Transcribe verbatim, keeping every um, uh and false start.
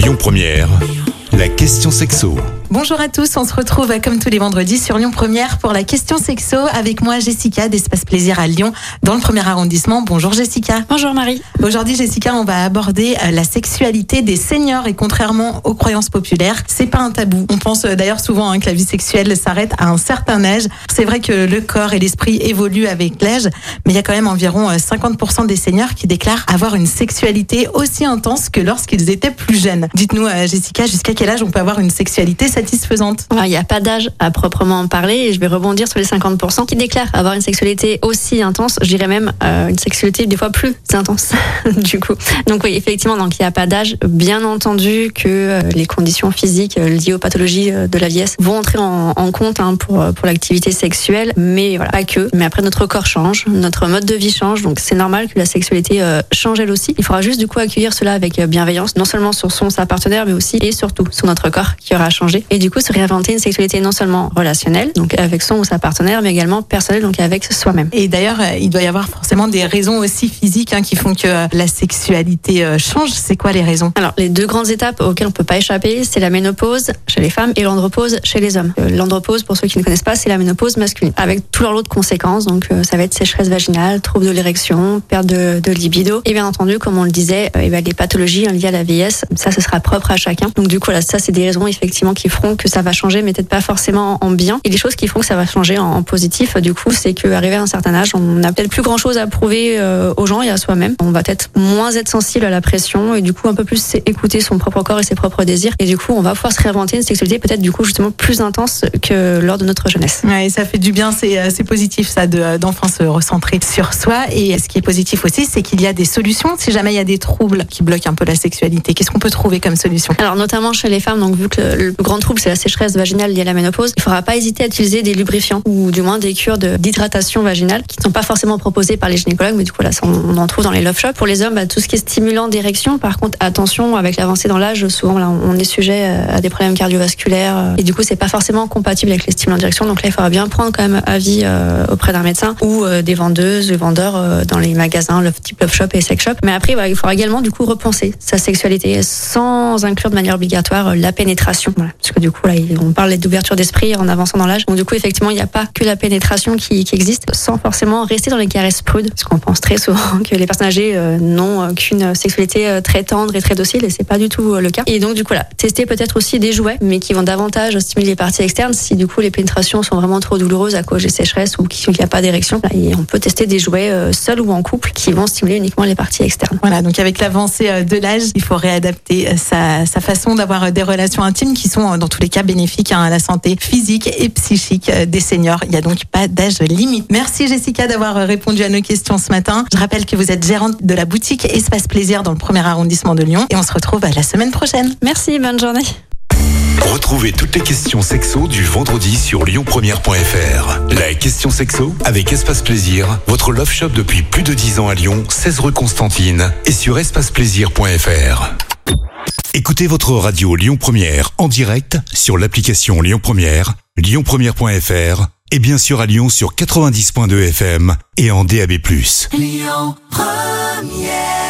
Lyon Première, la question sexo. Bonjour à tous, on se retrouve comme tous les vendredis sur Lyon Première pour la question sexo avec moi Jessica d'Espace Plaisir à Lyon dans le premier arrondissement. Bonjour Jessica. Bonjour Marie. Aujourd'hui Jessica, on va aborder la sexualité des seniors et contrairement aux croyances populaires, c'est pas un tabou. On pense d'ailleurs souvent hein, que la vie sexuelle s'arrête à un certain âge. C'est vrai que le corps et l'esprit évoluent avec l'âge, mais il y a quand même environ cinquante pour cent des seniors qui déclarent avoir une sexualité aussi intense que lorsqu'ils étaient plus jeunes. Dites-nous Jessica, jusqu'à quel âge on peut avoir une sexualité satisfaisante? Alors, il n'y a pas d'âge à proprement parler et je vais rebondir sur les cinquante pour cent qui déclarent avoir une sexualité aussi intense, je dirais même euh, une sexualité des fois plus intense du coup. Donc oui, effectivement, donc il n'y a pas d'âge. Bien entendu que euh, les conditions physiques euh, liées aux pathologies euh, de la vieillesse vont entrer en, en compte hein, pour, pour l'activité sexuelle, mais voilà, pas que. Mais après, notre corps change, notre mode de vie change, donc c'est normal que la sexualité euh, change elle aussi. Il faudra juste du coup accueillir cela avec bienveillance, non seulement sur son, sa partenaire, mais aussi et surtout sur notre corps qui aura changé. Et du coup, se réinventer une sexualité non seulement relationnelle, donc avec son ou sa partenaire, mais également personnelle, donc avec soi-même. Et d'ailleurs, il doit y avoir forcément des raisons aussi physiques hein, qui font que la sexualité change. C'est quoi les raisons? Alors, les deux grandes étapes auxquelles on peut pas échapper, c'est la ménopause chez les femmes et l'andropause chez les hommes. L'andropause, pour ceux qui ne connaissent pas, c'est la ménopause masculine, avec tout leur lot de conséquences. Donc, ça va être sécheresse vaginale, trouble de l'érection, perte de, de libido. Et bien entendu, comme on le disait, et bien, les pathologies liées à la vieillesse, ça, ce sera propre à chacun. Donc, du coup, là, ça, c'est des raisons effectivement qui feront que ça va changer, mais peut-être pas forcément en bien. Et les choses qui font que ça va changer en, en positif, du coup, c'est qu'arrivé à un certain âge, on n'a peut-être plus grand-chose à prouver euh, aux gens et à soi-même. On va peut-être moins être sensible à la pression et du coup un peu plus écouter son propre corps et ses propres désirs. Et du coup, on va pouvoir se réinventer une sexualité peut-être du coup justement plus intense que lors de notre jeunesse. Ouais, et ça fait du bien, c'est, c'est positif ça de, d'enfin se recentrer sur soi. Et ce qui est positif aussi, c'est qu'il y a des solutions si jamais il y a des troubles qui bloquent un peu la sexualité. Qu'est-ce qu'on peut trouver comme solution? Alors notamment chez les femmes, donc vu que le, le grand trouble c'est la sécheresse vaginale liée à la ménopause, il ne faudra pas hésiter à utiliser des lubrifiants ou du moins des cures de, d'hydratation vaginale qui ne sont pas forcément proposées par les gynécologues, mais du coup là on, on en trouve dans les love shops. Pour les hommes, bah, tout ce qui est stimulant d'érection, par contre attention, avec l'avancée dans l'âge, souvent là on est sujet à des problèmes cardiovasculaires et du coup c'est pas forcément compatible avec les stimulants d'érection. Donc là il faudra bien prendre quand même avis euh, auprès d'un médecin ou euh, des vendeuses, vendeurs euh, dans les magasins, le type love shop et sex shop. Mais après bah, il faudra également du coup repenser sa sexualité sans inclure de manière obligatoire la pénétration. Voilà. Parce que du coup là on parle d'ouverture d'esprit en avançant dans l'âge. Donc du coup effectivement il n'y a pas que la pénétration qui, qui existe, sans forcément rester dans les caresses prudes, parce qu'on pense très souvent que les personnes âgées euh, n'ont euh, qu'une sexualité euh, très tendre et très docile, et c'est pas du tout euh, le cas. Et donc du coup là, tester peut-être aussi des jouets, mais qui vont davantage stimuler les parties externes. Si du coup les pénétrations sont vraiment trop douloureuses à cause des sécheresses ou qu'il n'y a pas d'érection, là, on peut tester des jouets euh, seuls ou en couple qui vont stimuler uniquement les parties externes. Voilà, donc avec l'avancée de l'âge, il faut réadapter sa, sa façon d'avoir des relations intimes qui sont dans tous les cas bénéfiques hein, à la santé physique et psychique des seniors. Il n'y a donc pas d'âge limite. Merci Jessica d'avoir répondu à nos questions ce matin. Je rappelle que vous êtes gérante de la boutique Espace Plaisir dans le premier arrondissement de Lyon et on se retrouve la semaine prochaine. Merci, bonne journée. Retrouvez toutes les questions sexo du vendredi sur lyon première point f r. La question sexo avec Espace Plaisir, votre love shop depuis plus de dix ans à Lyon, seize rue Constantine et sur espace plaisir point f r. Écoutez votre radio Lyon Première en direct sur l'application Lyon Première, lyon première point f r et bien sûr à Lyon sur quatre-vingt-dix point deux F M et en D A B plus. Lyon Première.